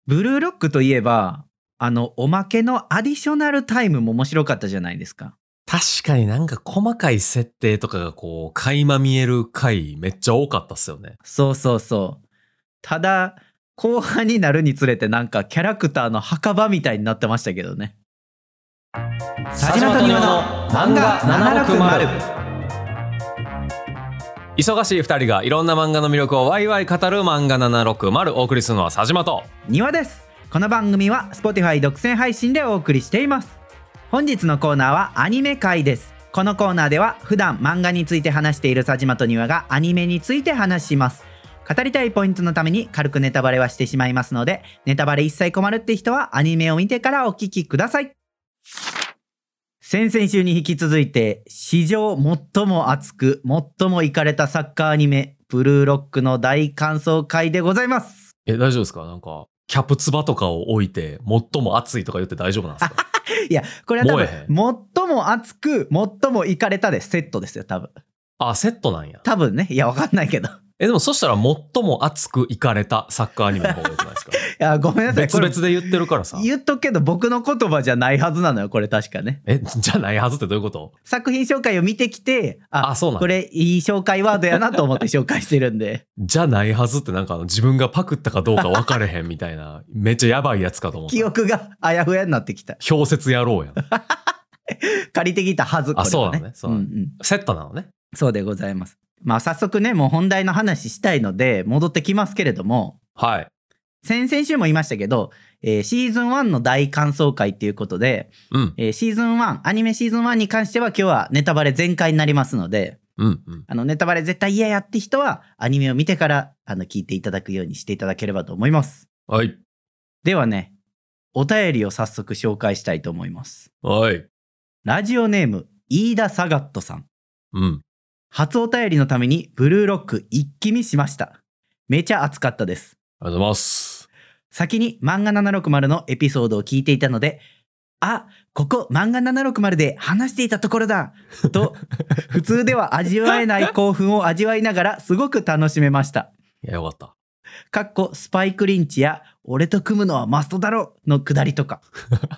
ブルーロックといえば、おまけのアディショナルタイムも面白かったじゃないですか。 確かになんか細かい設定とかがこう、垣間見える回めっちゃ多かったっすよね。 そうそうそう。ただ、後半になるにつれてなんかキャラクターの墓場みたいになってましたけどね。佐島と庭の漫画760。 忙しい二人がいろんな漫画の魅力をワイワイ語る漫画760。お送りするのは佐島と庭です。この番組は Spotify 独占配信でお送りしています。本日のコーナーはアニメ会です。このコーナーでは普段漫画について話している佐島と庭がアニメについて話します。語りたいポイントのために軽くネタバレはしてしまいますので、ネタバレ一切困るって人はアニメを見てからお聞きください。先々週に引き続いて史上最も熱く最もイカれたサッカーアニメブルーロックの大感想会でございます。 大丈夫ですか？なんかキャプツバとかを置いて最も熱いとか言って大丈夫なんですか？ いや、これは多分最も熱く最もイカれたでセットですよ、多分。 あ、セットなんや。 多分ね。いや、わかんないけど。 でもそしたら最も熱くイカれたサッカーアニメの方が良くないですか？ いや、ごめんなさい。 別々で言ってるからさ。 言っとくけど僕の言葉じゃないはずなのよ、これ確かね。 じゃないはずってどういうこと？ 作品紹介を見てきて、 そうなんこれいい紹介ワードやなと思って紹介してるんで。 じゃないはずってなんか自分がパクったかどうか分かれへんみたいな、めっちゃやばいやつかと思った。 記憶があやふやになってきた。 氷雪やろうやん。 借りてきたはず、これはね。 そうなのね。そう、セットなのね。 そうでございます。まあ早速ね、もう本題の話したいので戻ってきますけれども、 はい。 先々週も言いましたけど、シーズン1の大感想会っていうことで、シーズン1、アニメシーズン1に関しては今日はネタバレ全開になりますので、ネタバレ絶対嫌やって人はアニメを見てから聞いていただくようにしていただければと思います。 はい。 ではね、お便りを早速紹介したいと思います。 はい。 ラジオネーム飯田サガットさん。初お便りのためにブルーロック一気見しました。めちゃ熱かったです。 ありがとうございます。 先に漫画760のエピソードを聞いていたので、ここ漫画760で話していたところだと普通では味わえない興奮を味わいながらすごく楽しめました。 いや、よかった。 スパイクリンチや俺と組むのはマストだろのくだりとか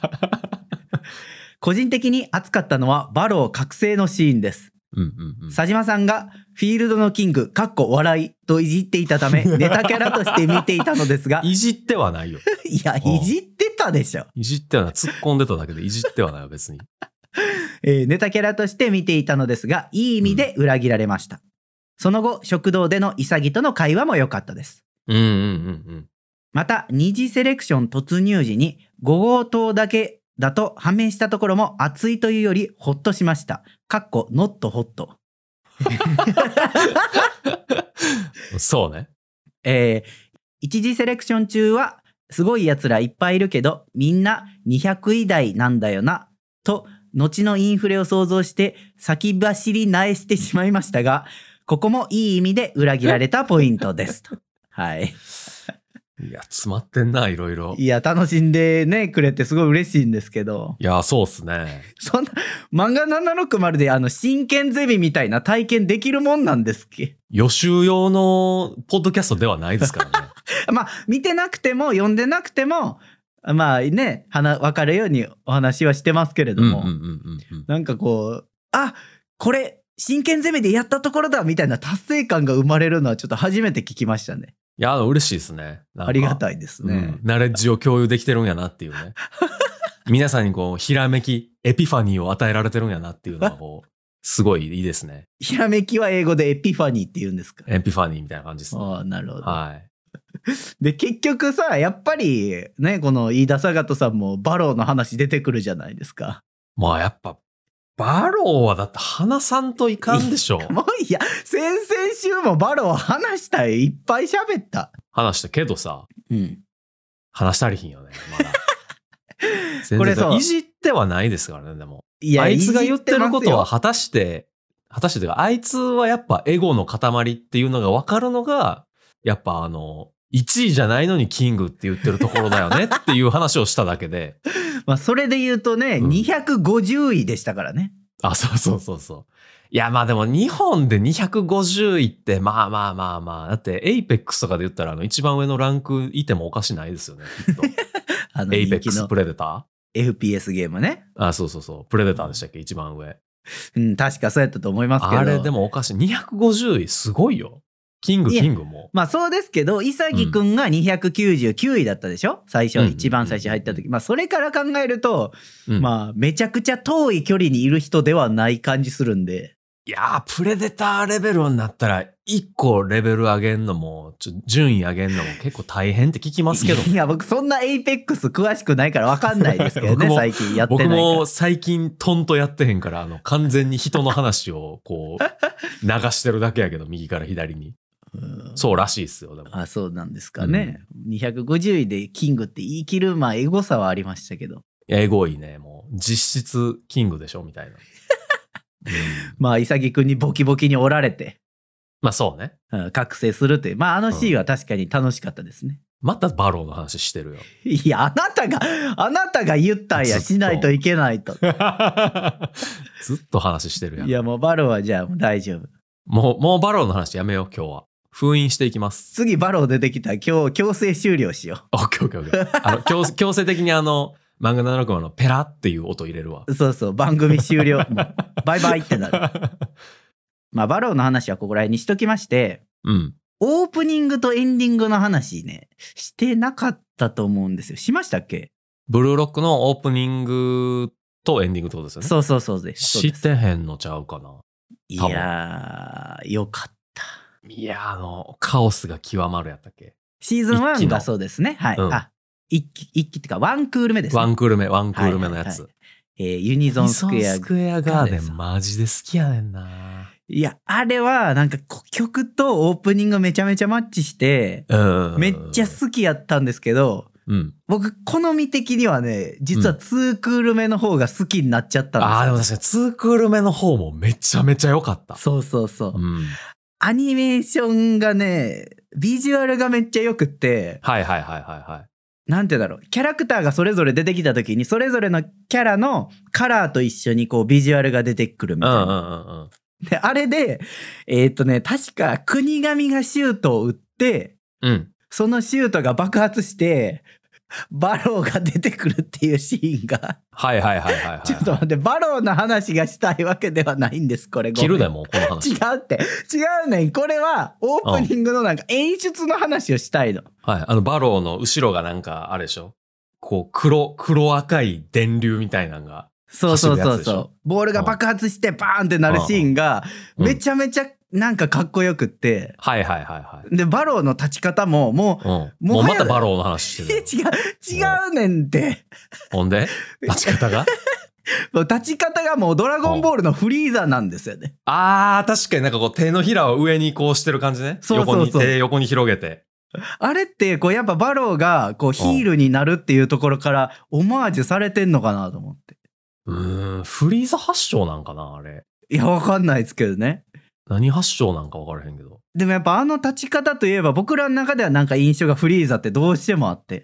個人的に熱かったのはバロー覚醒のシーンです。佐島さんがフィールドのキング笑いといじっていたためネタキャラとして見ていたのですがいじってはないよ。 いや、いじってたでしょ。 いじってはない。突っ込んでただけでいじってはないよ、別に。 ネタキャラとして見ていたのですが、いい意味で裏切られました。その後、食堂での潔との会話も良かったです。また、二次セレクション突入時に5号棟だけだと判明したところも熱いというよりホッとしました。ノットホット。 そうね。 一次セレクション中はすごい奴らいっぱいいるけどみんな200位台なんだよなと後のインフレを想像して先走り苗してしまいましたが、ここもいい意味で裏切られたポイントですと。はい。 いや、詰まってんな、いろいろ。 いや、楽しんでねくれてすごい嬉しいんですけど。 いや、そうっすね。 そんな漫画760で真剣ゼミみたいな体験できるもんなんですっけ？ 予習用のポッドキャストではないですからね。 まあ見てなくても読んでなくてもまあね分かるようにお話はしてますけれども、なんかこうこれ真剣ゼミでやったところだみたいな達成感が生まれるのはちょっと初めて聞きましたね。 いや、嬉しいですね。 ありがたいですね。 ナレッジを共有できてるんやなっていうね。皆さんにこうひらめきエピファニーを与えられてるんやなっていうのがこうすごいいいですね。 ひらめきは英語でエピファニーって言うんですか？ エピファニーみたいな感じですね。 なるほど。 はい。 で結局さ、やっぱりねこの飯田サガトさんもバローの話出てくるじゃないですか。 まあやっぱバローはだって話さんといかんでしょ。 もういや、先々週もバロー話したいっぱい喋った。 話したけどさ、話したりひんよね、まだ。 これそういじってはないですからね、でも。 いや、 あいつが言ってることは果たしてというか、あいつはやっぱエゴの塊っていうのが分かるのが、やっぱ1位じゃないのにキングって言ってるところだよねっていう話をしただけで。 まあそれで言うとね、250位でしたからね。 あ、そうそうそうそう。いや、まあでも日本で250位って、まあ。だって、エイペックスとかで言ったら、一番上のランクいてもおかしないですよね、きっと。エイペックスプレデター FPS ゲームね。 あ、そうそうそう。プレデターでしたっけ、一番上。 うん、確かそうやったと思いますけど。 あれでもおかしい。250位すごいよ。キングも。 まあそうですけど、潔くんが299位だったでしょ、最初、一番最初入った時。まあそれから考えると、まあめちゃくちゃ遠い距離にいる人ではない感じするんで。 いやー、プレデターレベルになったら、1個レベル上げんのも、順位上げんのも結構大変って聞きますけど。 いや、僕そんなエイペックス詳しくないから分かんないですけどね、最近やってないから。 僕も最近トンとやってへんから、完全に人の話をこう、流してるだけやけど、右から左に。そうらしいっすよ、でも。 あ、そうなんですかね。250位でキングって言い切る、まあエゴさはありましたけど。 いや、エゴいね。もう、実質キングでしょ、みたいな。 まあ、潔くんにボキボキに折られて。 まあそうね。 覚醒するという。まあ、あのシーンは確かに楽しかったですね。 またバローの話してるよ。 いや、あなたが言ったんや、しないといけないと。 ずっと話してるやん。 いや、もうバローはじゃあもう大丈夫。 もうバローの話やめよう、今日は。封印していきます。 次バロー出てきたら今日強制終了しよう。 オッケーオッケーオッケー。強制的に漫画760のペラっていう音入れるわ。 そうそう、番組終了。もうバイバイってなる。まあ、バローの話はここら辺にしときまして、オープニングとエンディングの話ね、してなかったと思うんですよ。しましたっけ？ ブルーロックのオープニングとエンディングってことですよね。 そうです。 してへんのちゃうかな。 いやー、よかった。 いやカオスが極まるやったっけ？ シーズン1がそうですね。はい。一期ってか、ワンクール目ですね。 ワンクール目のやつ。 ユニゾンスクエアガーデンマジで好きやねんな。 いや、あれはなんか曲とオープニングめちゃめちゃマッチして、めっちゃ好きやったんですけど、僕好み的にはね、実は2クール目の方が好きになっちゃったんですよ。 でも確かに2クール目の方もめちゃめちゃ良かった。 そう。アニメーションがね、ビジュアルがめっちゃ良くって、なんてだろう、キャラクターがそれぞれ出てきた時に、それぞれのキャラのカラーと一緒にこうビジュアルが出てくるみたいな。で、あれで、確か国神がシュートを打って、そのシュートが爆発して、バローが出てくるっていうシーンが。ちょっと待って、バローの話がしたいわけではないんです、これ。 切るでも、この話。 違うねん。これは、オープニングのなんか演出の話をしたいの。 バローの後ろがなんか、あれでしょ？こう、黒赤い電流みたいなのが。 そう。ボールが爆発してバーンってなるシーンが、めちゃめちゃなんかかっこよくって。で、バローの立ち方も、もうまたバローの話してる。 違うねんって。 ほんで立ち方が立ち方がもうドラゴンボールのフリーザなんですよね。 確かになんかこう手のひらを上にこうしてる感じね。手横に広げて。 あれってこうやっぱバローがこうヒールになるっていうところからオマージュされてんのかなと思って。 フリーザ発祥なんかなあれ。 いや、わかんないですけどね。 何発祥なんか分からへんけど。 でもやっぱあの立ち方といえば僕らの中ではなんか印象がフリーザってどうしてもあって。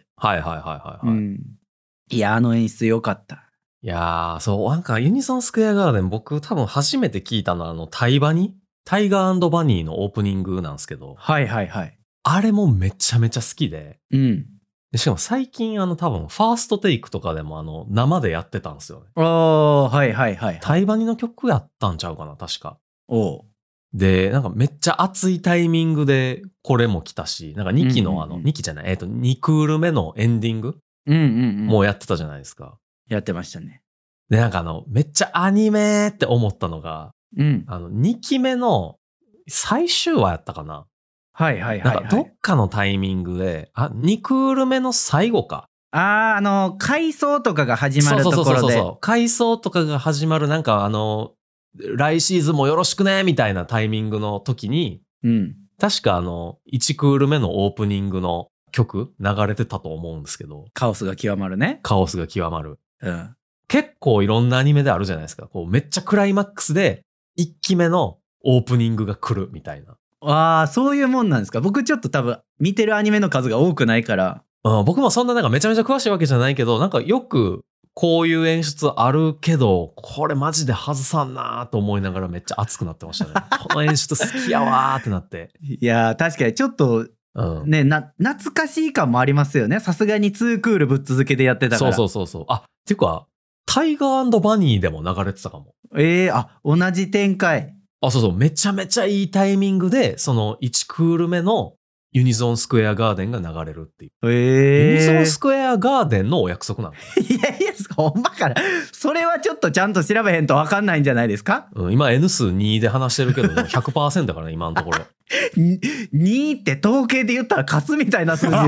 いや、あの演出良かった。 いやー、そう、なんかユニソンスクエアガーデン僕多分初めて聞いたのはタイガー&バニーのオープニングなんですけど。あれもめちゃめちゃ好きで。でしかも最近多分ファーストテイクとかでも生でやってたんですよね。タイバニの曲やったんちゃうかな確か。で、なんかめっちゃ熱いタイミングでこれも来たし、なんか2期の2期じゃない、2クール目のエンディングもうやってたじゃないですか。 やってましたね。 で、なんかめっちゃアニメって思ったのが、2期目の最終話やったかな。なんかどっかのタイミングで、2クール目の最後か。 回想とかが始まるところで。 回想とかが始まるなんか来シーズンもよろしくねみたいなタイミングの時に、確か1クール目のオープニングの曲流れてたと思うんですけど。 カオスが極まるね。 カオスが極まる。結構いろんなアニメであるじゃないですか。こうめっちゃクライマックスで1期目のオープニングが来るみたいな。 そういうもんなんですか。僕ちょっと多分見てるアニメの数が多くないから。 僕もそんななんかめちゃめちゃ詳しいわけじゃないけど、なんかよくこういう演出あるけど、これマジで外さんなと思いながらめっちゃ熱くなってましたね。この演出好きやわーってなって。 いやー、確かにちょっと、ね、懐かしい感もありますよね。さすがに2クールぶっ続けでやってたから。 そう。あ、っていうか、タイガー&バニーでも流れてたかも。 同じ展開。 そう。めちゃめちゃいいタイミングで、その1クール目のユニゾンスクエアガーデンが流れるっていう。ユニゾンスクエアガーデンのお約束なの。 いや、ほんまから。それはちょっとちゃんと調べへんと分かんないんじゃないですか？ 今 N 数2で話してるけど、100% だからね、今のところ。 2って統計で言ったら勝つみたいな数字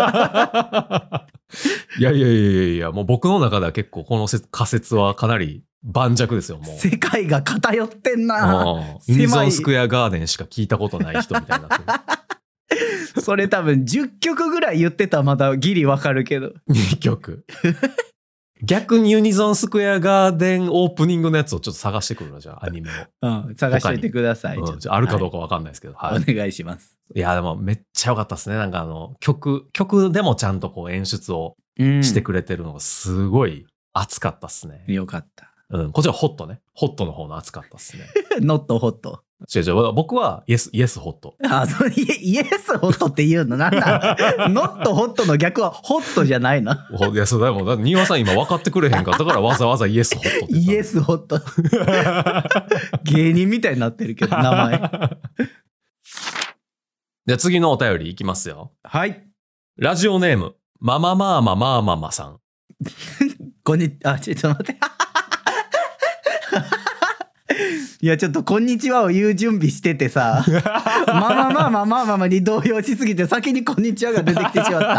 ですよ。 いや、もう僕の中では結構この仮説はかなり盤石ですよ、もう。 世界が偏ってんな。 ユニゾンスクエアガーデンしか聞いたことない人みたいになってる。 それ多分10曲ぐらい言ってたらまだギリわかるけど。 2曲。逆にユニゾンスクエアガーデンオープニングのやつをちょっと探してくるの、じゃあアニメを。 探しておいてください。 じゃああるかどうかわかんないですけど。 はい、お願いします。 いや、でもめっちゃ良かったですね。なんか曲でもちゃんとこう演出をしてくれてるのがすごい熱かったっすね。 よかった。 こっちはホットね。ホットの方の熱かったっすね。 ノットホット。 違う、僕はイエスホット。 イエスホットって言うのなんだノットホットの逆はホットじゃないの？ いや、そうだもん。新輪さん今分かってくれへんかったからわざわざイエスホットって言った。 イエスホット。芸人みたいになってるけど、名前。 じゃあ次のお便りいきますよ。 はい。 ラジオネーム、ママさん。 ちょっと待って。いや、ちょっとこんにちはを言う準備しててさ、ママに動揺しすぎて先にこんにちはが出てきてしまった。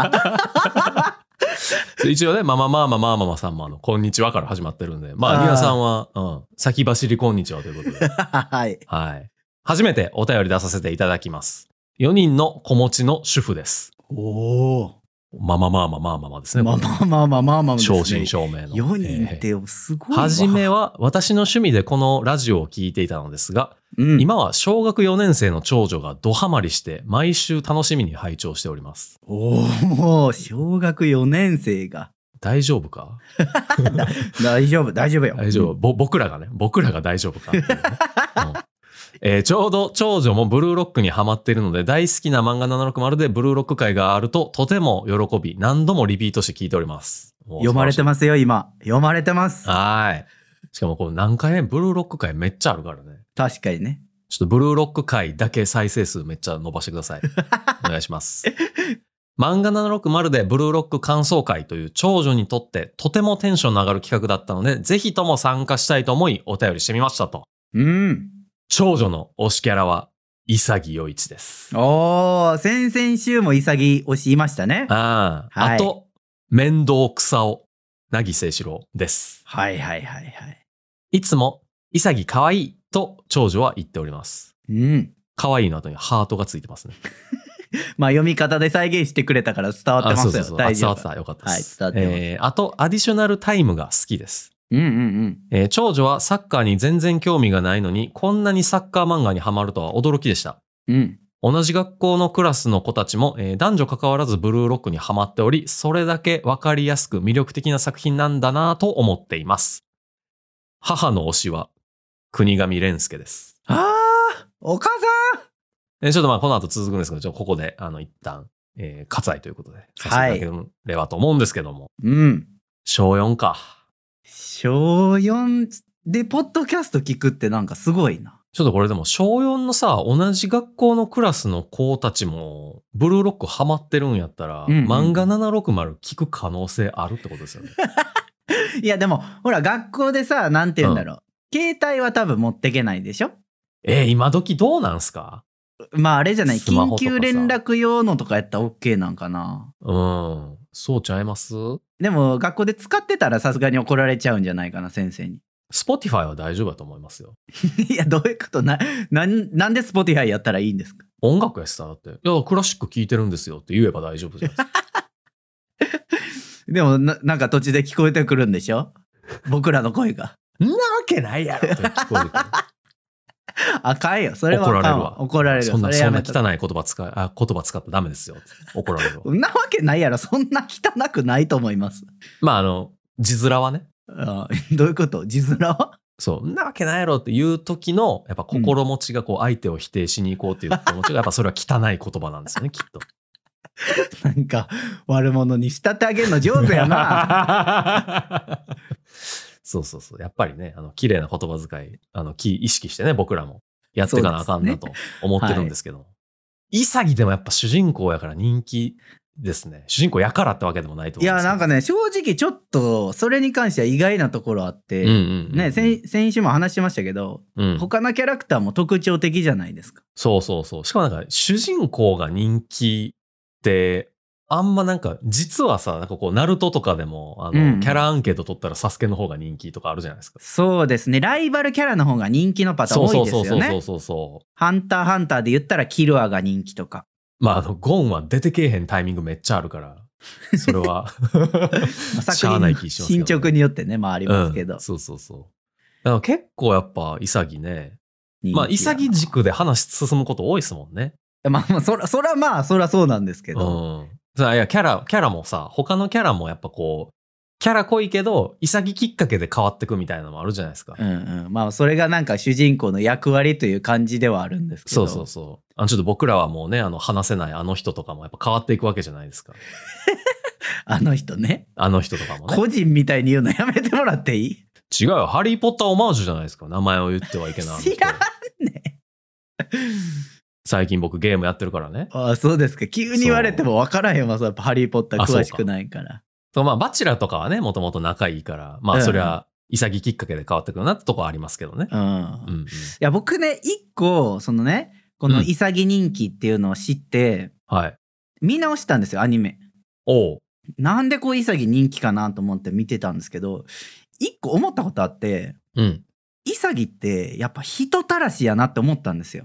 一応ね、ママさんもこんにちはから始まってるんで、皆さんは、先走りこんにちはということで。 はい。 初めてお便り出させていただきます。4人の子持ちの主婦です。 おー。 ママですね。正真正銘の。 4人ってすごいわ。 初めは私の趣味でこのラジオを聞いていたのですが、今は小学4年生の長女がドハマりして毎週楽しみに拝聴しております。 小学4年生が。 大丈夫か？ 大丈夫よ。 大丈夫。僕らが大丈夫かっていうね。ちょうど長女もブルーロックにハマっているので大好きな漫画760でブルーロック会があるととても喜び何度もリピートして聞いております。 読まれてますよ今。読まれてます。 はい。しかもこれ何回目ブルーロック会めっちゃあるからね。 確かにね。 ちょっとブルーロック会だけ再生数めっちゃ伸ばしてください。お願いします。漫画760でブルーロック感想会という長女にとってとてもテンションの上がる企画だったのでぜひとも参加したいと思いお便りしてみましたと。長女の推しキャラは潔世一です。 先々週も潔推しいましたね。 あと面倒草尾凪誠志郎です。いつも潔可愛いと長女は言っております。可愛いの後にハートがついてますね。 読み方で再現してくれたから伝わってますよ。 伝わってた。よかったです。伝わってます。あとアディショナルタイムが好きです。長女はサッカーに全然興味がないのにこんなにサッカー漫画にハマるとは驚きでした。同じ学校のクラスの子たちも、男女関わらずブルーロックにハマっておりそれだけ分かりやすく魅力的な作品なんだなと思っています。母の推しは国上蓮介です。 お母さんちょっとこの後続くんですけどここで一旦、割愛ということでさせていただければと思うんですけども、小4か。 小4でポッドキャスト聞くってなんかすごいな。 ちょっとこれでも小4のさ同じ学校のクラスの子たちもブルーロックハマってるんやったら、漫画760聞く可能性あるってことですよね。 いやでもほら学校でさなんて言うんだろう、携帯は多分持ってけないでしょ。 今時どうなんすか？ あれじゃない緊急連絡用のとかやったら OK なんかな。 そうちゃいます？ でも学校で使ってたらさすがに怒られちゃうんじゃないかな先生に。 Spotify は大丈夫だと思いますよ。 いやどういうことなんで Spotify やったらいいんですか？ 音楽やしさだっていやクラシック聴いてるんですよって言えば大丈夫じゃないですか。 でもなんか途中で聞こえてくるんでしょ僕らの声が。 んなわけないやろって聞こえてくる。 あかんよそれは。怒られるわ。 そんな汚い言葉使ったらダメですよ。怒られるわ。 そんなわけないやろ。そんな汚くないと思います。 字面はね。 どういうこと？字面は？ そう、んなわけないやろっていう時の、やっぱ心持ちがこう相手を否定しに行こうっていう心持ちが、やっぱそれは汚い言葉なんですよね、きっと。 なんか、悪者に仕立て上げるの上手やな。 そうそうそう。やっぱりね、綺麗な言葉遣い、意識してね、僕らもやっていかなあかんなと思ってるんですけども。潔でもやっぱ主人公やから人気ですね。主人公やからってわけでもないと思うんですけど。 いや、なんかね、正直ちょっと、それに関しては意外なところあって、ね、先週も話しましたけど、他のキャラクターも特徴的じゃないですか。 そうそうそう。しかもなんか、主人公が人気って、あんまなんか、実はさ、なんかこう、ナルトとかでも、キャラアンケート取ったらサスケの方が人気とかあるじゃないですか。 そうですね。ライバルキャラの方が人気のパターン多いですよね。 そう。 ハンターハンターで言ったらキルアが人気とか。 まあ、ゴンは出てけえへんタイミングめっちゃあるから、それはしゃあない気しますけど、ね。 進捗によってね、まあありますけど。 そう。だから結構やっぱ、潔ね。まあ、潔軸で話進むこと多いですもんね。 まあ、そらそうなんですけど。 いや、キャラもさ、他のキャラもやっぱこう、キャラ濃いけど、潔きっかけで変わってくみたいなのもあるじゃないですか。 まあ、それがなんか主人公の役割という感じではあるんですけど。 そう。ちょっと僕らはもうね、話せないあの人とかもやっぱ変わっていくわけじゃないですか。 あの人ね。 あの人とかもね。 個人みたいに言うのやめてもらっていい？ 違うよ。ハリーポッターオマージュじゃないですか。名前を言ってはいけない。 知らんね。 最近僕ゲームやってるからね。 ああ、そうですか。急に言われても分からへんわ。やっぱハリーポッター詳しくないから。 まあ、バチェラーとかはね、もともと仲いいから、まあ、そりゃ、潔きっかけで変わってくるなってとこはありますけどね。 いや、僕ね、一個、そのね、この潔人気っていうのを知って、見直したんですよ、アニメ。なんでこう、潔人気かなと思って見てたんですけど、一個思ったことあって、潔ってやっぱ人たらしやなって思ったんですよ。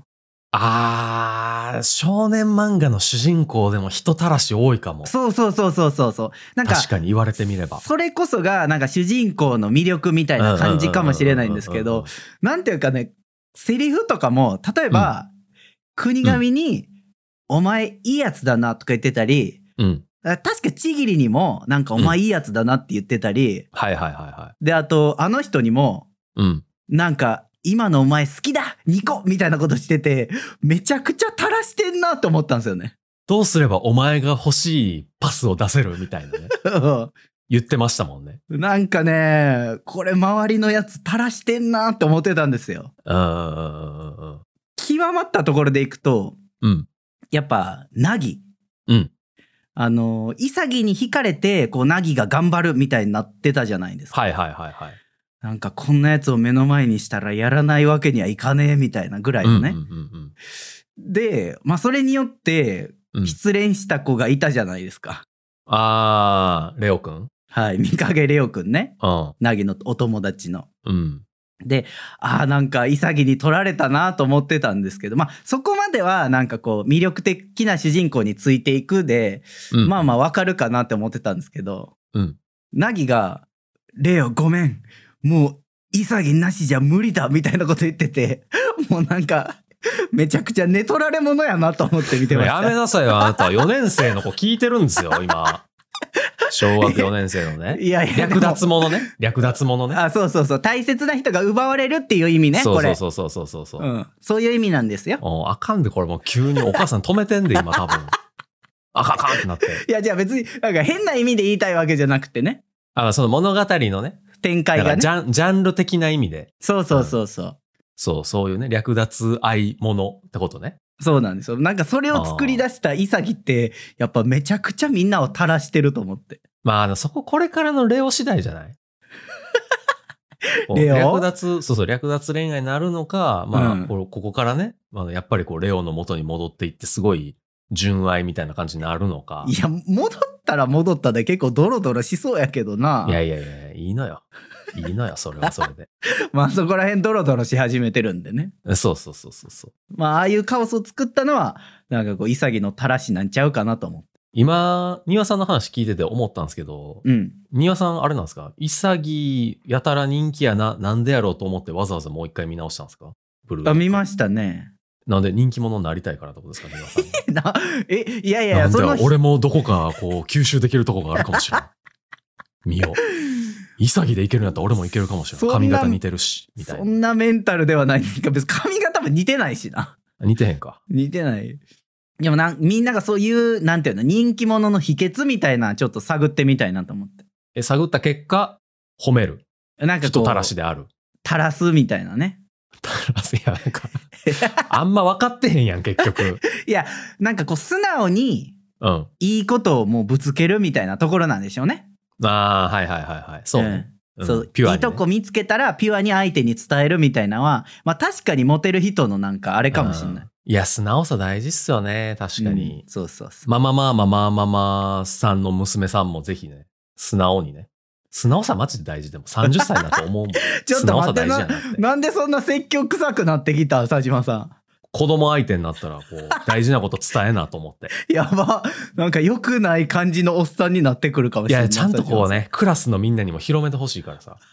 少年漫画の主人公でも人たらし多いかも。 そう。なんか確かに言われてみれば。 それこそがなんか主人公の魅力みたいな感じかもしれないんですけど、なんていうかね、セリフとかも、例えば、国神に、お前いいやつだなとか言ってたり、確かちぎりにも、なんかお前いいやつだなって言ってたり、で、あと、あの人にも、なんか、今のお前好きだニコみたいなことしてて、めちゃくちゃ垂らしてんなと思ったんですよね。 どうすればお前が欲しいパスを出せるみたいなね。言ってましたもんね。 なんかね、これ周りのやつ垂らしてんなって思ってたんですよ。極まったところでいくと、やっぱ、ナギ。潔に惹かれて、こう、ナギが頑張るみたいになってたじゃないですか。なんかこんなやつを目の前にしたらやらないわけにはいかねえみたいなぐらいのね。で、まあそれによって失恋した子がいたじゃないですか。 レオくん？ はい、三影レオくんね。ナギのお友達の。で、なんか潔に取られたなと思ってたんですけど、まあそこまではなんかこう魅力的な主人公についていくで、まあまあわかるかなって思ってたんですけど、ナギが、レオごめん。もう、潔なしじゃ無理だみたいなこと言ってて、もうなんか、めちゃくちゃ寝取られ者やなと思って見てました。 やめなさいよ、あなた。4年生の子聞いてるんですよ、今。小学4年生のね。略奪者ね。 そう。大切な人が奪われるっていう意味ね、これ。 そう。 そういう意味なんですよ。 あかんで、これもう急にお母さん止めてんで、今多分。あかんってなって。 いや、じゃあ別に、なんか変な意味で言いたいわけじゃなくてね。 その物語のね。 展開がね。 ジャンル的な意味で。 そう。 そういうね、略奪愛ものってことね。 そうなんですよ。なんかそれを作り出した潔って、やっぱめちゃくちゃみんなを垂らしてると思って。 まあ、そここれからのレオ次第じゃないレオ？ 略奪恋愛になるのか、まあ、ここからね、やっぱりこう、レオの元に戻っていって、すごい純愛みたいな感じになるのか。 いや、戻ったで結構ドロドロしそうやけどな。 いや、いいのよ、それはそれで。 まあそこら辺ドロドロし始めてるんでね。 そう。 まあああいうカオスを作ったのは、なんかこう、潔のたらしなんちゃうかなと思って。 今、庭さんの話聞いてて思ったんですけど、庭さんあれなんですか？潔やたら人気やな、なんでやろうと思ってわざわざもう一回見直したんですか？ 見ましたね。 なんで人気者になりたいからってことですか、庭さん。 いや、 俺もどこかこう吸収できるとこがあるかもしれない。見よう。 潔でいけるんやったら俺もいけるかもしれない。髪型似てるしみたいな。 そんなメンタルではないんですか。別に髪型も似てないしな。 似てへんか。 似てない。でもみんながそういうなんていうの人気者の秘訣みたいなちょっと探ってみたいなと思って。 探った結果褒める。 なんか人たらしである。 たらすみたいなね。 たらすやなんかあんま分かってへんやん結局。 いやなんかこう素直にいいことをもうぶつけるみたいなところなんでしょうね。 ああはいはいはいはいそうね。 そうピュアにね、いいとこ見つけたらピュアに相手に伝えるみたいなのはまあ確かにモテる人のなんかあれかもしれない。 いや素直さ大事っすよね確かに。 そうそうそう。 ママさんの娘さんもぜひね素直にね。素直さマジで大事でも30歳だと思うもん。 ちょっと待ってなんでそんな説教臭くなってきた佐島さん。 子供相手になったらこう大事なこと伝えなと思って。 やばなんか良くない感じのおっさんになってくるかもしれない。 いやちゃんとこうねクラスのみんなにも広めてほしいからさ。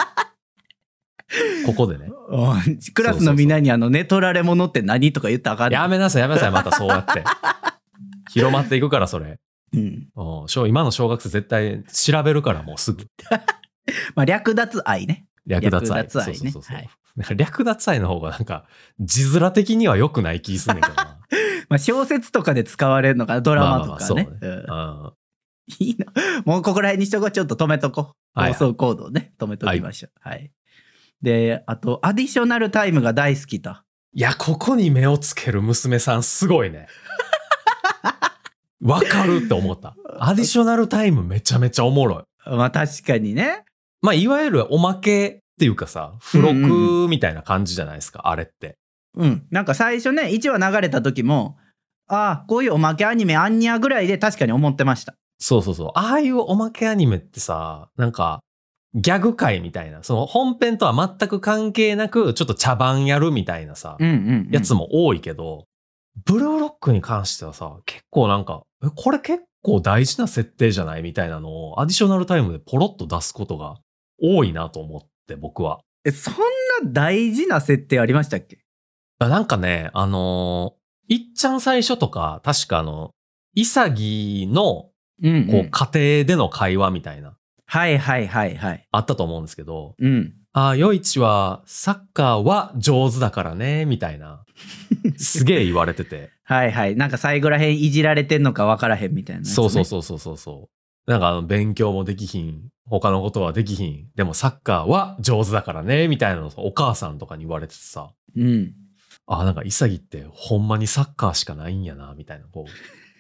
ここでね。 クラスのみんなに寝取られ者って何とか言ったらあかん。 やめなさいまたそうやって広まっていくからそれ。今の小学生絶対調べるからもうすぐ。 まあ略奪愛ね。 略奪愛ね。そう。略奪愛の方がなんか字面的には良くない気すんねんけどな。 まあ小説とかで使われるのかなドラマとかね。いいの。もうここら辺にしとこう。ちょっと止めとこう。放送コードをね止めときましょう。はい。であとアディショナルタイムが大好きと。 いやここに目をつける娘さんすごいね。わかるって思った。アディショナルタイムめちゃめちゃおもろい。 まあ確かにね。 まあいわゆるおまけっていうかさ付録みたいな感じじゃないですか、あれって。 なんか最初ね1話流れた時もこういうおまけアニメあんにゃぐらいで確かに思ってました。 そうああいうおまけアニメってさなんかギャグ界みたいなその本編とは全く関係なくちょっと茶番やるみたいなさ、やつも多いけどブルーロックに関してはさ結構なんかこれ結構大事な設定じゃないみたいなのをアディショナルタイムでポロッと出すことが多いなと思って僕は。 そんな大事な設定ありましたっけ？ なんかねいっちゃん最初とか確か潔のこう家庭での会話みたいなはいあったと思うんですけど、余市はサッカーは上手だからねみたいなすげえ言われててはいなんか最後らへんいじられてんのか分からへんみたいな、ね、 そうなんか勉強もできひん他のことはできひんでもサッカーは上手だからねみたいなのをお母さんとかに言われててさ、なんか潔ってほんまにサッカーしかないんやなみたいなこ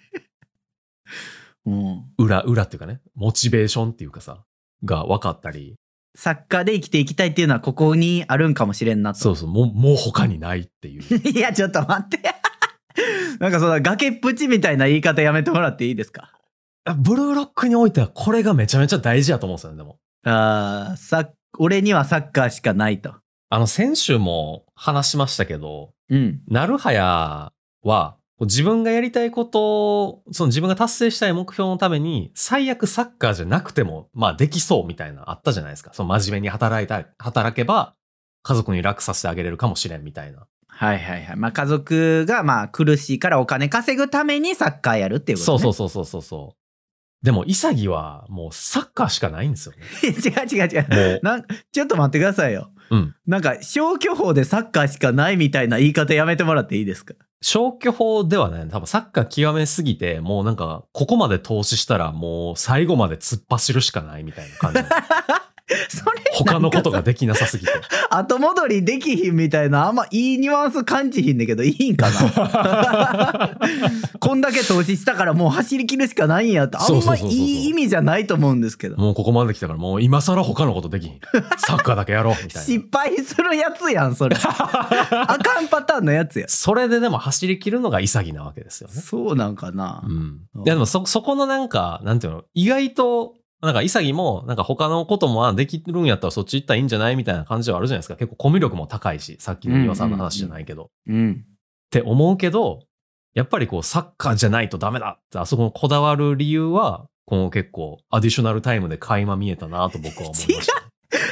う裏っていうかねモチベーションっていうかさが分かったりサッカーで生きていきたいっていうのはここにあるんかもしれんなと。 そうもう他にないっていういやちょっと待ってなんかその崖っぷちみたいな言い方やめてもらっていいですか？ ブルーロックにおいてはこれがめちゃめちゃ大事やと思うんですよね。でも俺にはサッカーしかないと。 先週も話しましたけど、なるはやは自分がやりたいことをその自分が達成したい目標のために最悪サッカーじゃなくてもまあできそうみたいなあったじゃないですか。その真面目に働けば家族に楽させてあげれるかもしれんみたいな。 まあ家族がまあ苦しいからお金稼ぐためにサッカーやるっていうことね。 そうでも潔はもうサッカーしかないんですよね。 違うちょっと待ってくださいよ。なんか消去法でサッカーしかないみたいな言い方やめてもらっていいですか？ 消去法ではない。多分サッカー極めすぎてもうなんかここまで投資したらもう最後まで突っ走るしかないみたいな感じそれ他のことができなさすぎて後戻りできひんみたいなあんまいいニュアンス感じひんねんけどいいんかなこんだけ投資したからもう走り切るしかないんやってあんまいい意味じゃないと思うんですけど。 もうここまで来たからもう今更他のことできひんサッカーだけやろうみたいな失敗するやつやんそれあかんパターンのやつや。 それででも走り切るのが潔なわけですよね。 そうなんかな。 いやでもそこのなんていうの意外となんか潔もなんか他のこともできるんやったらそっち行ったらいいんじゃないみたいな感じはあるじゃないですか。結構コミュ力も高いしさっきの岩さんの話じゃないけど、って思うけどやっぱりこうサッカーじゃないとダメだってあそこのこだわる理由はこの結構アディショナルタイムで垣間見えたなと僕は思いました。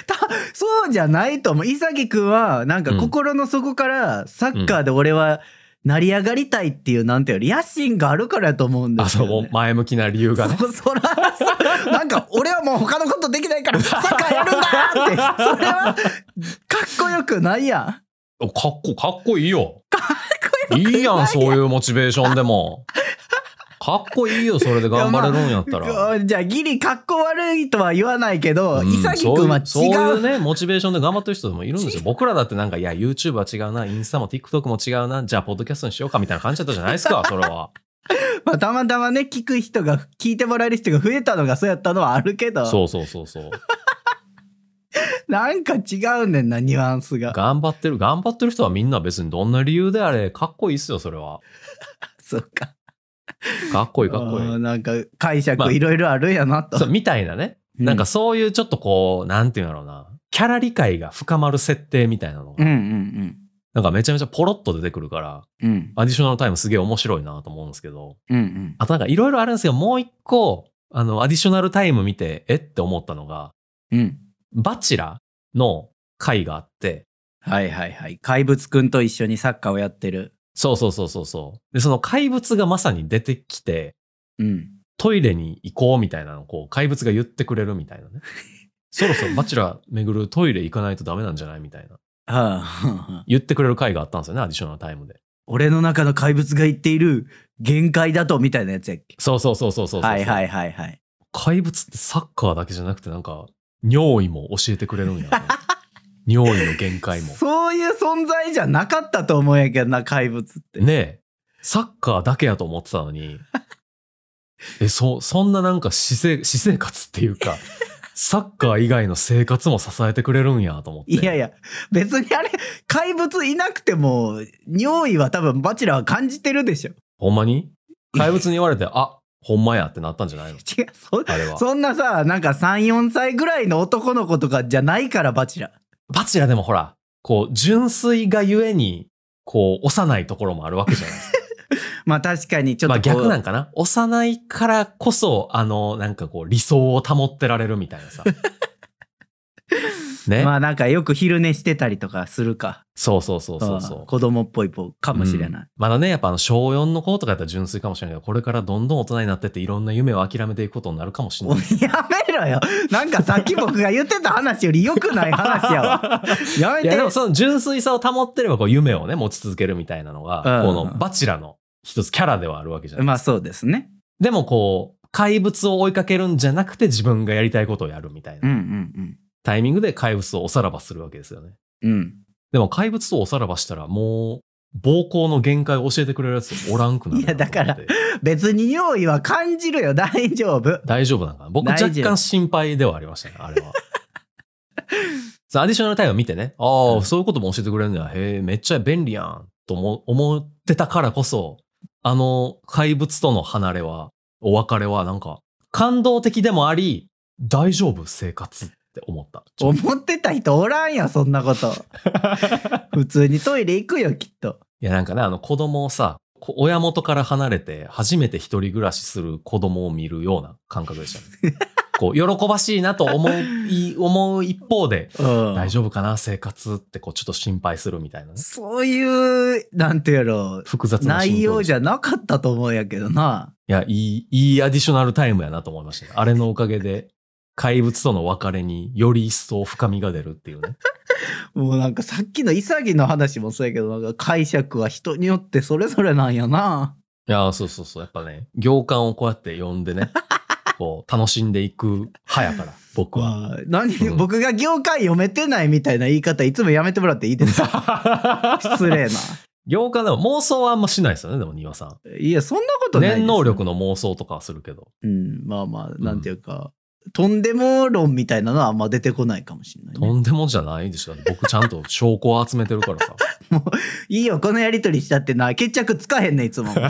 そうじゃないと思う。潔くんはなんか心の底からサッカーで俺は成り上がりたいっていうなんていう野心があるからやと思うんですよ、ね。 そう前向きな理由がね。 そらなんか俺はもう他のことできないからサッカーやるんだってそれはかっこよくないやん。 かっこいいよ。 かっこよくないいいやんそういうモチベーションでも。かっこいいよそれで頑張れるんやったら。 じゃあギリかっこ悪いとは言わないけど、潔くんは違う。 そういうねモチベーションで頑張ってる人でもいるんですよ。僕らだってなんかいや YouTube は違うな、インスタも TikTok も違うな、じゃあポッドキャストにしようかみたいな感じだったじゃないですかそれは。 まあたまたまね聞いてもらえる人が増えたのがそうやったのはあるけど。 そうなんか違うねんなニュアンスが。 頑張ってる人はみんな別にどんな理由であれかっこいいっすよそれは。 そうか。 かっこいいなんか解釈いろいろあるんやなと、 そうみたいなね、なんかそういうちょっとこうなんていうんだろうな、キャラ理解が深まる設定みたいなのが、なんかめちゃめちゃポロッと出てくるから、アディショナルタイムすげえ面白いなと思うんですけど、あとなんかいろいろあるんですけど、もう一個アディショナルタイム見てって思ったのが、バチェラーの回があって、 怪物くんと一緒にサッカーをやってる。 そうでその怪物がまさに出てきて、トイレに行こうみたいなのをこう怪物が言ってくれるみたいなね。そろそろバチェラー巡るトイレ行かないとダメなんじゃないみたいな言ってくれる回があったんですよね、アディショナルタイムで。 俺の中の怪物が言っている限界だとみたいなやつやっけ。 そう怪物ってサッカーだけじゃなくてなんか尿意も教えてくれるんや、ね、尿意の限界も。 そういう存在じゃなかったと思うんやけどな、怪物ってねえ、サッカーだけやと思ってたのにそんななんか私生活っていうかサッカー以外の生活も支えてくれるんやと思って。 いや別にあれ怪物いなくても尿意は多分バチェラーは感じてるでしょ。 ほんまに怪物に言われてあほんまやってなったんじゃないの。 違う、あれはそんなさ、なんか 3,4 歳ぐらいの男の子とかじゃないから。バチェラーでもほらこう純粋がゆえにこう幼いところもあるわけじゃないですか。 まあ確かにちょっと逆なんかな、幼いからこそなんかこう理想を保ってられるみたいなさね、 まあなんかよく昼寝してたりとかするか。 そう子供っぽいかもしれない、 まだねやっぱ小4の子とかやったら純粋かもしれないけど、これからどんどん大人になってっていろんな夢を諦めていくことになるかもしれない。 やめろよ、なんかさっき僕が言ってた話より良くない話やわやめて。 いやでもその純粋さを保ってればこう夢をね持ち続けるみたいなのが、このバチェラの一つキャラではあるわけじゃないですか。 まあそうですね。 でもこう怪物を追いかけるんじゃなくて自分がやりたいことをやるみたいな、タイミングで怪物をおさらばするわけですよね。でも怪物とおさらばしたらもう暴行の限界を教えてくれるやつおらんくなる。 いやだから別に尿意は感じるよ。大丈夫なんかな。僕若干心配ではありましたねあれは。アディショナルタイム見てね、そういうことも教えてくれるんだ、へえめっちゃ便利やんと思ってたからこそ、怪物とのお別れはなんか感動的でもあり、大丈夫生活って思った。 思ってた人おらんやそんなこと普通にトイレ行くよきっと。 いやなんかね子供をさ親元から離れて初めて一人暮らしする子供を見るような感覚でしたね。こう喜ばしいなと思う一方で、大丈夫かな生活ってこうちょっと心配するみたいなね。 そういうなんていうの複雑な内容じゃなかったと思うんやけどな。 いやいいアディショナルタイムやなと思いましたね。あれのおかげで怪物との別れにより一層深みが出るっていうね。 もうなんかさっきの潔の話もそうやけど、なんか解釈は人によってそれぞれなんやな。 いやそうやっぱね行間をこうやって読んでねこう楽しんでいく派やから僕は。 僕が行間読めてないみたいな言い方いつもやめてもらっていいですか。失礼な。 行間でも妄想はあんましないですよねでも庭さん。いやそんなことないです。 念能力の妄想とかはするけど。 まあなんていうか。とんでも論みたいなのはあんま出てこないかもしれない、ね。 とんでもじゃないでしょ。僕ちゃんと証拠を集めてるからさ。 もういいよこのやりとりしたってな、決着つかへんねいつも。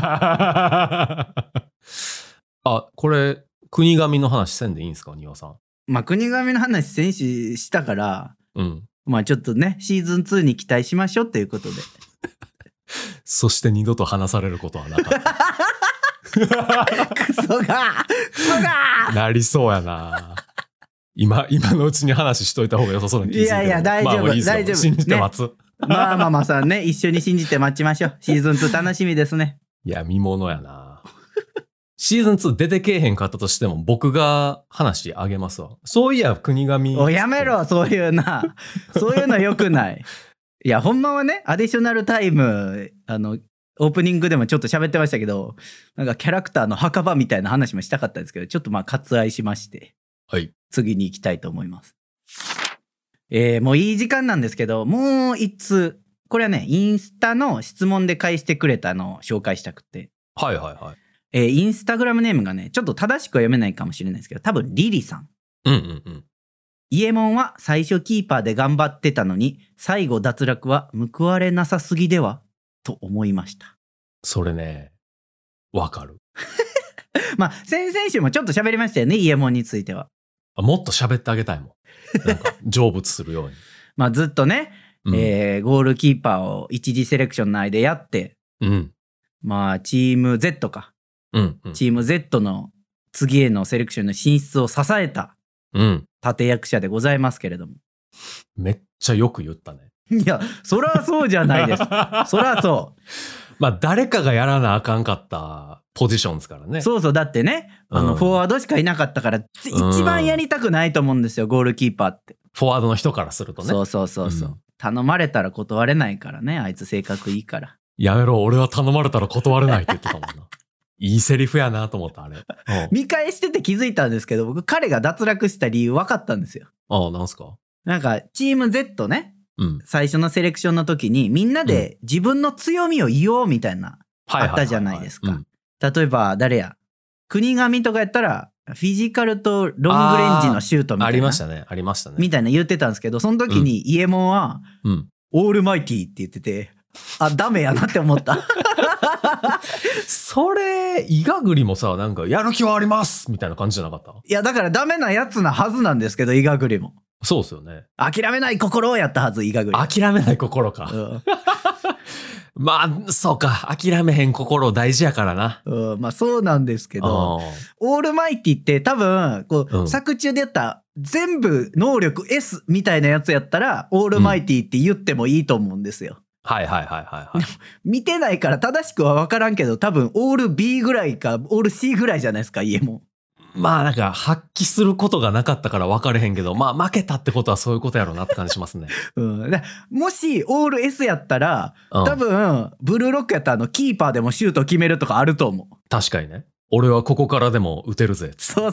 これ国神の話せんでいいんですか庭さん。 まあ国神の話先週したから、まあちょっとねシーズン2に期待しましょうっていうことで。 そして二度と話されることはなかった。 クソがなりそうやな。今のうちに話しといた方が良さそうな気がするけど。 いや大丈夫、大丈夫信じて待つ、 まあさね、一緒に信じて待ちましょう。シーズン2楽しみですね。 いや、見物やな。シーズン2出てけえへんかったとしても僕が話あげますわ。そういや国神。 おやめろ、そういうな。そういうの良くない。いや、ほんまはね、アディショナルタイム、オープニングでもちょっと喋ってましたけど、なんかキャラクターの墓場みたいな話もしたかったんですけど、ちょっとまあ割愛しまして、 はい。 次に行きたいと思います。もういい時間なんですけど、もう一通、これはね、インスタの質問で返してくれたのを紹介したくて。 はいはいはい。 インスタグラムネームがね、ちょっと正しくは読めないかもしれないですけど、多分リリさん。 うんうんうん。 イエモンは最初キーパーで頑張ってたのに、最後脱落は報われなさすぎではと思いました。 それね、わかる。 まあ、先々週もちょっと喋りましたよね、イエモンについては。 もっと喋ってあげたいもん。なんか成仏するように。 まあずっとね、ゴールキーパーを一次セレクション内でやって、 うん、 まあチーム Z か、 うんうん、 チーム Z の次へのセレクションの進出を支えた立役者でございますけれども、 めっちゃよく言ったね。 いや、そりゃそうじゃないですか。そりゃそう。 まあ誰かがやらなあかんかったポジションですからね。 そうそう、だってね、フォワードしかいなかったから、一番やりたくないと思うんですよ、ゴールキーパーって。 フォワードの人からするとね。 そう、頼まれたら断れないからね、あいつ性格いいから。 やめろ、俺は頼まれたら断れないって言ってたもんな。いいセリフやなと思った、あれ。 見返してて気づいたんですけど、僕彼が脱落した理由分かったんですよ。 なんすか？ なんかチーム Z ね、最初のセレクションの時にみんなで自分の強みを言おうみたいな、あったじゃないですか。例えば誰や、国神とかやったらフィジカルとロングレンジのシュートみたいな、ありましたね、 ありましたねみたいな言ってたんですけど、その時にイエモンは、オールマイティって言ってて、ダメやなって思った。 それイガグリもさ、なんかやる気はありますみたいな感じじゃなかった？ いやだからダメなやつなはずなんですけど、イガグリもそうですよね。 諦めない心をやったはず、イガグリ。諦めない心か。まあそうか、諦めへん心大事やからな。 まあそうなんですけど、オールマイティって多分こう、作中でやった全部能力 S みたいなやつやったらオールマイティって言ってもいいと思うんですよ。 はいはいはいはいはい。 見てないから正しくは分からんけど、多分オール B ぐらいかオール C ぐらいじゃないですか、家も。 まあなんか発揮することがなかったから分かれへんけど、まあ負けたってことはそういうことやろうなって感じしますね。 もしオール S やったら、多分ブルーロックやったらキーパーでもシュート決めるとかあると思う。 確かにね。俺はここからでも打てるぜ。 そう。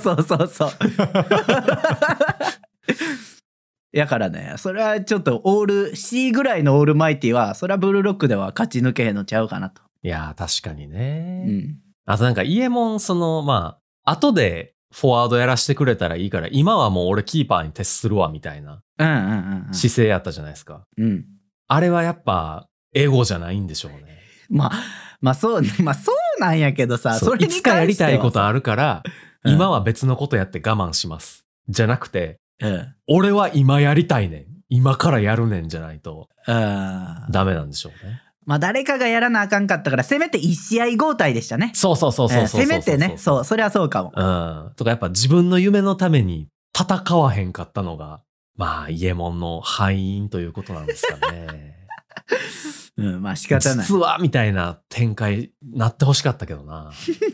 やからね、それはちょっとオール C ぐらいのオールマイティは、それはブルーロックでは勝ち抜けへんのちゃうかなと。 いや確かにね。あとなんかイエモンまあ後でフォワードやらしてくれたらいいから、今はもう俺キーパーに徹するわみたいな姿勢やったじゃないですか。あれはやっぱエゴじゃないんでしょうね。まあそうなんやけどさ、それに関してはいつかやりたいことあるから、今は別のことやって我慢しますじゃなくて、俺は今やりたいねん、今からやるねんじゃないとダメなんでしょうね。 まあ誰かがやらなあかんかったから、せめて1試合交代でしたね。 そう。 せめてね、それはそうかも。 とかやっぱ自分の夢のために戦わへんかったのが、まあイエモンの敗因ということなんですかね。 まあ仕方ない。 実はみたいな展開なってほしかったけどな。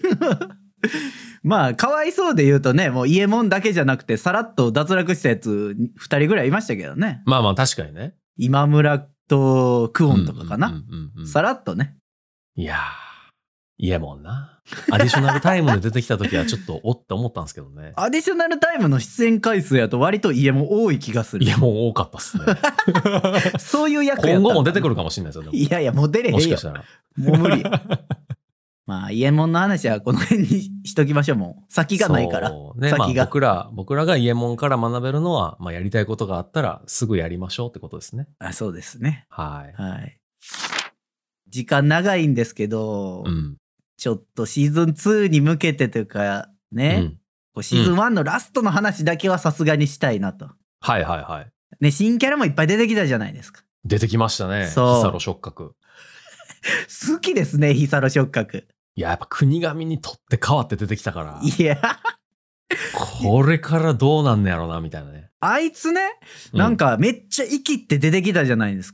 まあかわいそうで言うとね、もうイエモンだけじゃなくてさらっと脱落したやつ2人ぐらいいましたけどね。 まあ確かにね。 今村とクオンとかかな。さらっとね。 いやー、イエモンな。アディショナルタイムで出てきた時はちょっとおって思ったんですけどね。 アディショナルタイムの出演回数やと割とイエモン多い気がする。 イエモン多かったっすね。 そういう役やった。 今後も出てくるかもしれないですよね。 いやもう出れへんよ。 もしかしたら。 もう無理。まあイエモンの話はこの辺にしときましょう。もう先がないから。 ね、先が、僕らがイエモンから学べるのは、やりたいことがあったらすぐやりましょうってことですね。 そうですね。 はい。 時間長いんですけど、ちょっとシーズン2に向けてというかね、シーズン1のラストの話だけはさすがにしたいなと。ね、新キャラもいっぱい出てきたじゃないですか。 出てきましたね。ヒサロ触覚。 好きですね、ヒサロ触覚。 いや、やっぱ国神にとって変わって出てきたから。 いや。 これからどうなんねやろなみたいなね。 あいつね、なんかめっちゃ生きって出てきたじゃないですか。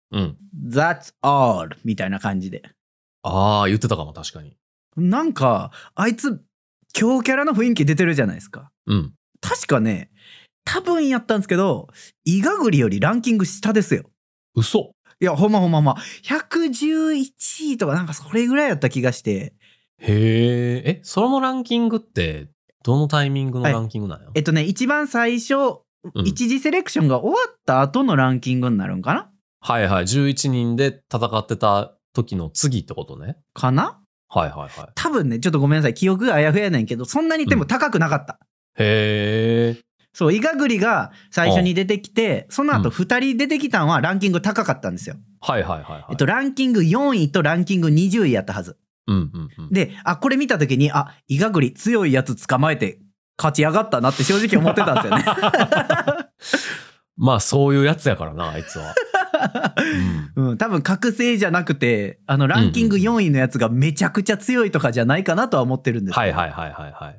うん。 That's all みたいな感じで。 ああ、言ってたかも、確かに。 なんか、あいつ、強キャラの雰囲気出てるじゃないですか。 うん。 確かね、多分やったんですけど、イガグリよりランキング下ですよ。 嘘。 いや、ほんま。111位とかなんかそれぐらいやった気がして。 へえ。そのランキングって、どのタイミングのランキングなんや？ 一番最初、一次セレクションが終わった後のランキングになるんかな？ はいはい。11人で戦ってた時の次ってことね。 かな？ はい。 多分ね、ちょっとごめんなさい。記憶があやふやねんけど、そんなにでも高くなかった。 へえ。 そう、イガグリが最初に出てきて、その後2人出てきたのはランキング高かったんですよ。 はい。 ランキング4位とランキング20位やったはず。で、これ見た時に、イガグリ強いやつ捕まえて勝ち上がったなって正直思ってたんですよね。 まあそういうやつやからな、あいつは。 多分覚醒じゃなくて、ランキング4位のやつがめちゃくちゃ強いとかじゃないかなとは思ってるんですけど。 はい。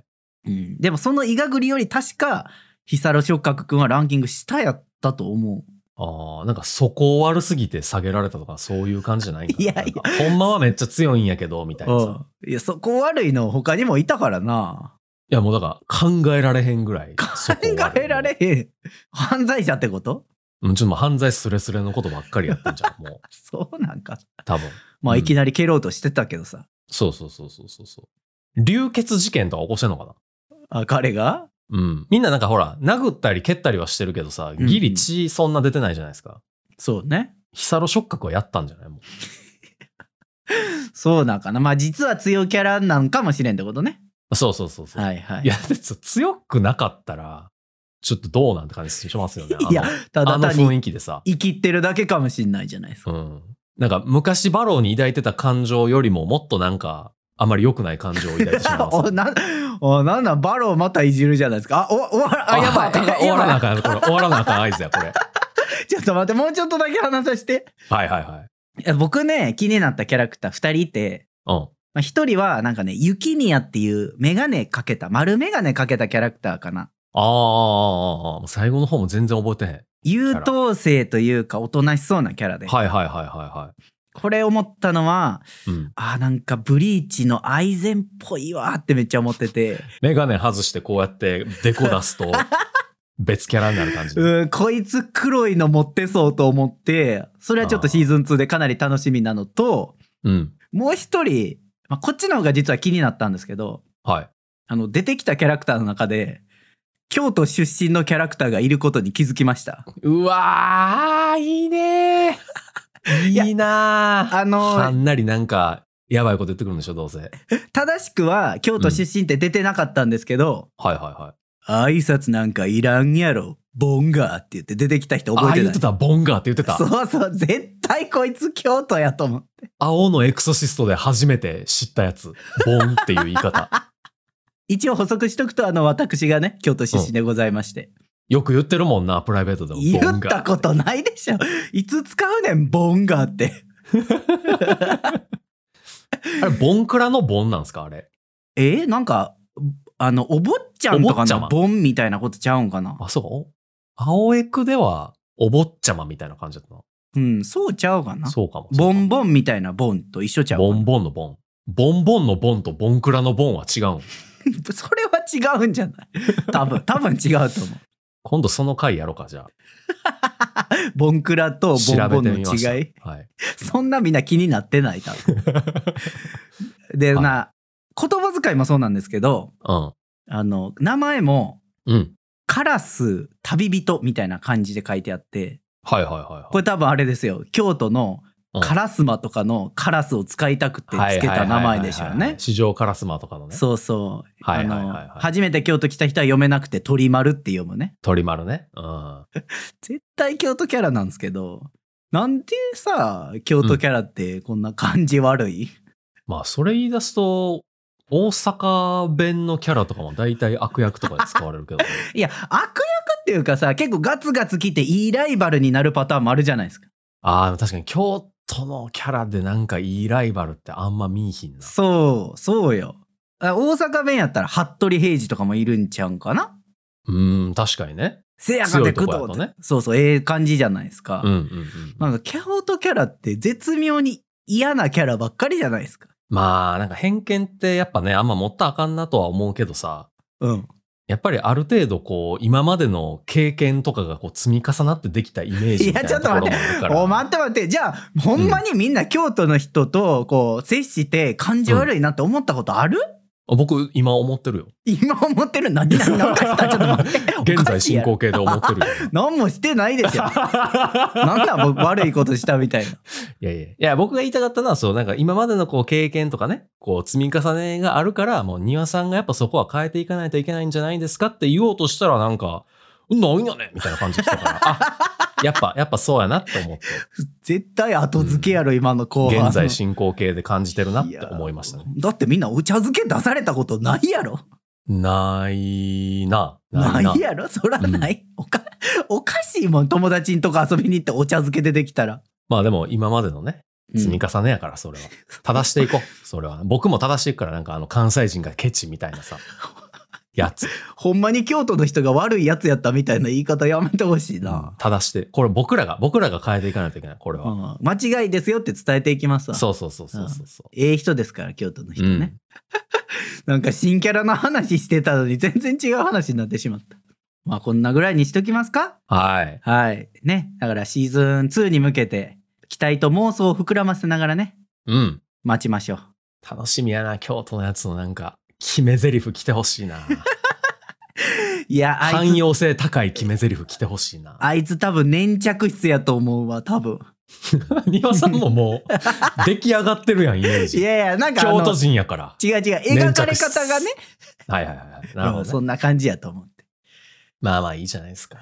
でもそのイガグリより確か、ヒサロ触覚くんはランキング下やったと思う。 なんかそこ悪すぎて下げられたとかそういう感じじゃないんかな。 いやほんまはめっちゃ強いんやけどみたいなさ。 いや、そこ悪いの他にもいたからな。 いやもうだから考えられへんぐらい。 考えられへん。犯罪者ってこと？ ちょっともう犯罪スレスレのことばっかりやってんじゃん、もう。 そうなんか。 多分。 まあいきなり蹴ろうとしてたけどさ。 そう。流血事件とか起こしてんのかな？彼が？ みんななんかほら、殴ったり蹴ったりはしてるけどさ、ギリ血そんな出てないじゃないですか。 そうね。 ヒサロ触覚はやったんじゃない？もうそうなんかな。まあ実は強キャラなんかもしれんってことね。 そう。 はい。 いや、強くなかったら、ちょっとどうなんて感じしますよね。 いや、ただ単に雰囲気でさ。 生きってるだけかもしんないじゃないですか。 なんか昔バローに抱いてた感情よりももっとなんか、あまり良くない感情を抱いてしまいます。 なんなんバローまたいじるじゃないですか。やばい。 終わらなあかん、これ。終わらなあかん合図や、これ。 ちょっと待って、もうちょっとだけ話させて。 はい。 僕ね、気になったキャラクター2人いて、1人はなんかね、ユキニアっていう丸メガネかけたキャラクターかな。 最後の方も全然覚えてへん。 優等生というかおとなしそうなキャラで。 はい。 これ思ったのは、なんかブリーチのアイゼンっぽいわってめっちゃ思ってて。 メガネ外してこうやってデコ出すと別キャラになる感じ。 こいつ黒いの持ってそうと思って、それはちょっとシーズン2でかなり楽しみなのと、もう一人、こっちの方が実は気になったんですけど、出てきたキャラクターの中で、京都出身のキャラクターがいることに気づきました。 うわー、いいねー。いいなー。はんなりなんか、やばいこと言ってくるんでしょ、どうせ。 正しくは、京都出身って出てなかったんですけど、挨拶なんかいらんやろ。ボンガーって言って出てきた人覚えてない？ 言ってた、ボンガーって言ってた。 そう、絶対こいつ京都やと思って。 青のエクソシストで初めて知ったやつ。ボンっていう言い方。 一応補足しとくと、私がね、京都出身でございまして。 よく言ってるもんな、プライベートでも。 言ったことないでしょ。いつ使うねん、ボンガーって。 あれ、ボンクラのボンなんすか、あれ。 なんか、お坊ちゃんとかのボンみたいなことちゃうんかな。 そう？青エクでは、お坊ちゃまみたいな感じだったな。 そうちゃうかな。 そうかも。 ボンボンみたいなボンと一緒ちゃうかな。 ボンボンのボン。ボンボンのボンとボンクラのボンは違うん。 それは違うんじゃない？多分違うと思う。 今度その回やろうか、じゃあ。 ボンクラとボンボンの違い。そんなみんな気になってない、多分。で、言葉遣いもそうなんですけど、名前も、カラス旅人みたいな感じで書いてあって、これ多分あれですよ。京都のカラスマとかのカラスを使いたくてつけた名前でしょうね。 市場カラスマとかのね。 そう。初めて京都来た人は読めなくて鳥丸って読むね。 鳥丸ね。 絶対京都キャラなんですけど、なんでさ、京都キャラってこんな感じ悪い？ まあ、それ言い出すと、大阪弁のキャラとかも大体悪役とかで使われるけど、ね。 いや、悪役っていうかさ、結構ガツガツ来ていいライバルになるパターンもあるじゃないですか。 確かに京都のキャラでなんかいいライバルってあんま見いひんな。 そうよ。大阪弁やったら服部平次とかもいるんちゃうんかな。 確かにね。 せやかて工藤って、ね、そうそう、ええ感じじゃないですか。なんか京都キャラって絶妙に嫌なキャラばっかりじゃないですか。 まあなんか偏見ってやっぱねあんま持ったらあかんなとは思うけどさ、やっぱりある程度こう今までの経験とかがこう積み重なってできたイメージみたいなところもあるから。いやちょっと待ってじゃあほんまにみんな京都の人とこう接して感じ悪いなって思ったことある？ 僕今思ってるよ。 今思ってる？何なんかしたちょっと待って。 現在進行形で思ってるよ。 何もしてないでしょ。なんだ僕悪いことしたみたいな。 いや僕が言いたかったのはそうなんか今までのこう経験とかねこう積み重ねがあるからもう庭さんがやっぱそこは変えていかないといけないんじゃないですかって言おうとしたらなんかなんやねみたいな感じで来たからやっぱそうやなって思って絶対後付けやろ、今の後半現在進行形で感じてるなって思いましたね。 だってみんなお茶漬け出されたことないやろ。 ないなやろそらない、おかしいもん。友達んとこ遊びに行ってお茶漬け出てきたら。 まあでも今までのね積み重ねやからそれは正していこう。それは僕も正していくからなんか関西人がケチみたいなさやつほんまに京都の人が悪いやつやったみたいな言い方やめてほしいな、 正してこれ僕らが変えていかないといけない。これは、 間違いですよって伝えていきますわ。 そう、 ええ人ですから京都の人ね、なんか新キャラの話してたのに全然違う話になってしまった。まあこんなぐらいにしときますか。はいね。だからシーズン2に向けて期待と妄想を膨らませながらね待ちましょう。 楽しみやな。京都のやつのなんか決め台詞来てほしいな。いや汎用性高い決め台詞来てほしいな。 あいつ多分粘着質やと思うわ多分。 庭さんももう出来上がってるやんイメージ。 いやなんか京都人やから。 違う描かれ方がね。 はいなるほど、ね、 そんな感じやと思って。 まあいいじゃないですか。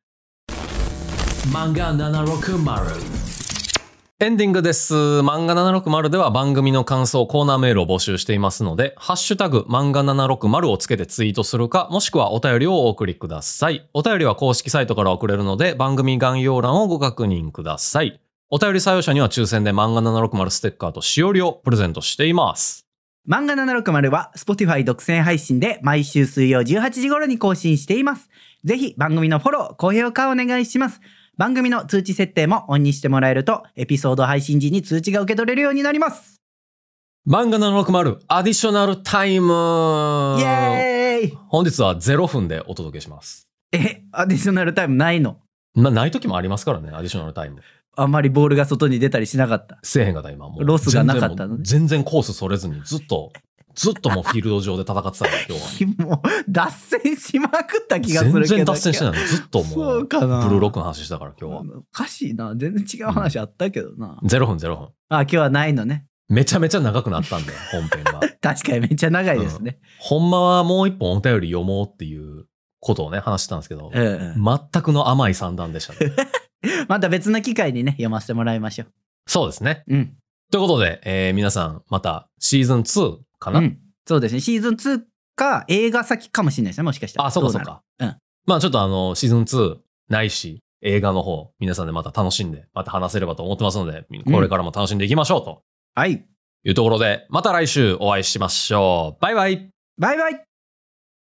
漫画760エンディングです。漫画760では番組の感想、コーナーメールを募集していますので、ハッシュタグ漫画760をつけてツイートするか、もしくはお便りをお送りください。お便りは公式サイトから送れるので、番組概要欄をご確認ください。お便り採用者には抽選で漫画760ステッカーとしおりをプレゼントしています。 漫画760は Spotify 独占配信で毎週水曜18時頃に更新しています。ぜひ番組のフォロー、高評価お願いします。番組の通知設定もオンにしてもらえるとエピソード配信時に通知が受け取れるようになります。 漫画760アディショナルタイムイエーイ。 本日は0分でお届けします。 アディショナルタイムないの？ ない時もありますからね。アディショナルタイムあんまりボールが外に出たりしなかった。 せえへんかった今もうロスがなかったのね。 全然コースそれずにずっともうフィールド上で戦ってたから今日は。もう脱線しまくった気がするけど。 全然脱線してないの。ずっともうそうかな。 ブルーロックの話したから今日は。 おかしいな。全然違う話あったけどな。 0分。 今日はないのね。 めちゃめちゃ長くなったんだよ本編が。 確かにめっちゃ長いですね、 ほんまはもう一本お便り読もうっていうことをね話してたんですけど、全くの甘い算段でしたね。 また別の機会にね読ませてもらいましょう。 そうですね。ということで、皆さんまたシーズン2かな、 そうですね。シーズン2か映画先かもしれないですね。もしかしたら。 そうか。まあちょっとシーズン2ないし映画の方皆さんでまた楽しんでまた話せればと思ってますので、これからも楽しんでいきましょうというところで、また来週お会いしましょう。バイバイ。